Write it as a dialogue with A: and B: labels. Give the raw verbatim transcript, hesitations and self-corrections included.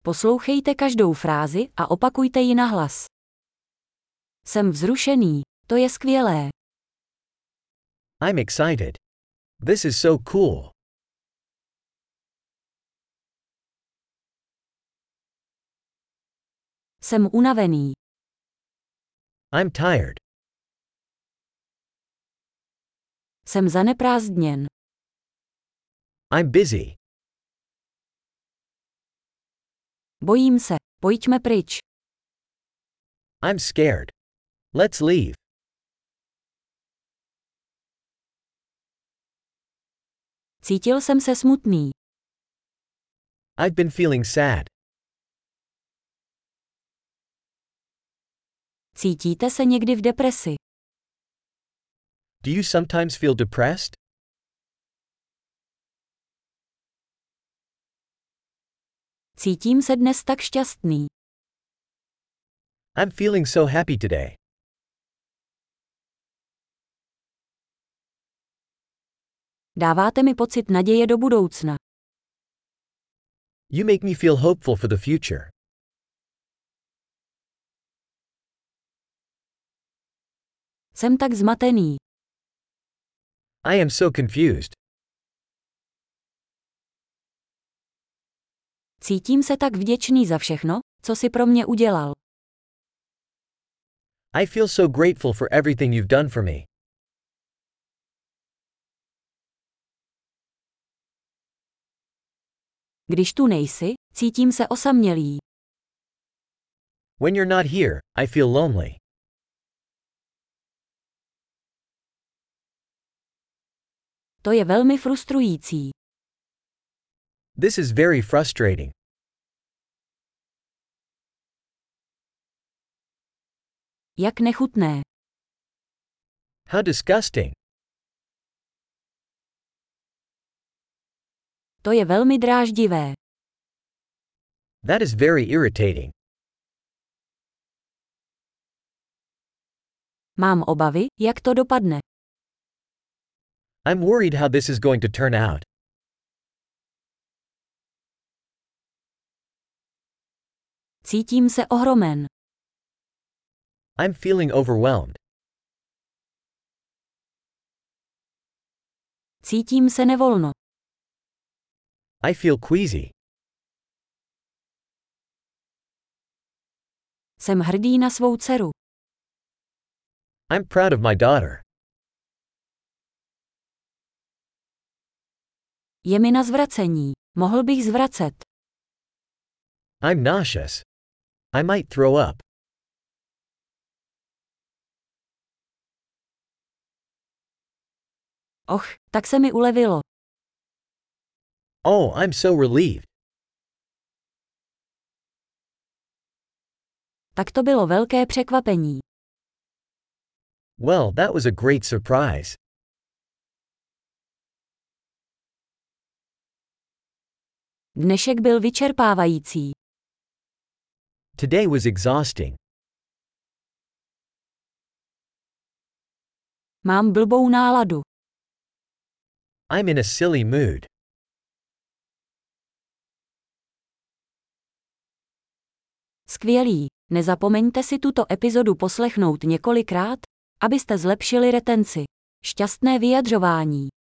A: Poslouchejte každou frázi a opakujte ji nahlas. Jsem vzrušený, to je skvělé.
B: I'm excited. This is so cool.
A: Jsem unavený.
B: I'm tired.
A: Jsem zaneprázdněn.
B: I'm busy.
A: Bojím se, pojďme pryč.
B: I'm scared. Let's leave.
A: Cítil jsem se smutný.
B: I've been feeling sad.
A: Cítíte se někdy v depresi?
B: Do you sometimes feel depressed?
A: Cítím se dnes tak šťastný.
B: I'm feeling so happy today.
A: Dáváte mi pocit naděje do budoucna.
B: You make me feel hopeful for the future.
A: Jsem tak zmatený.
B: I am so confused.
A: Cítím se tak vděčný za všechno, co jsi pro mě udělal.
B: I feel so grateful for everything you've done for me.
A: Když tu nejsi, cítím se osamělý.
B: When you're not here, I feel lonely.
A: To je velmi frustrující.
B: This is very frustrating.
A: Jak nechutné.
B: How disgusting.
A: To je velmi dráždivé.
B: That is very irritating.
A: Mám obavy, jak to dopadne.
B: I'm worried how this is going to turn out.
A: Cítím se ohromen.
B: I'm feeling overwhelmed.
A: Cítím se nevolno.
B: I feel queasy.
A: Jsem hrdý na svou dceru.
B: I'm proud of my daughter.
A: Je mi na zvracení. Mohl bych zvracet.
B: I'm nauseous. I might throw up.
A: Och, tak se mi ulevilo.
B: Oh, I'm so relieved.
A: Tak to bylo velké překvapení.
B: Well, that was a great surprise.
A: Dnešek byl vyčerpávající.
B: Today was exhausting.
A: Mám blbou náladu.
B: I'm in a silly mood.
A: Skvělý. Nezapomeňte si tuto epizodu poslechnout několikrát, abyste zlepšili retenci. Šťastné vyjadřování.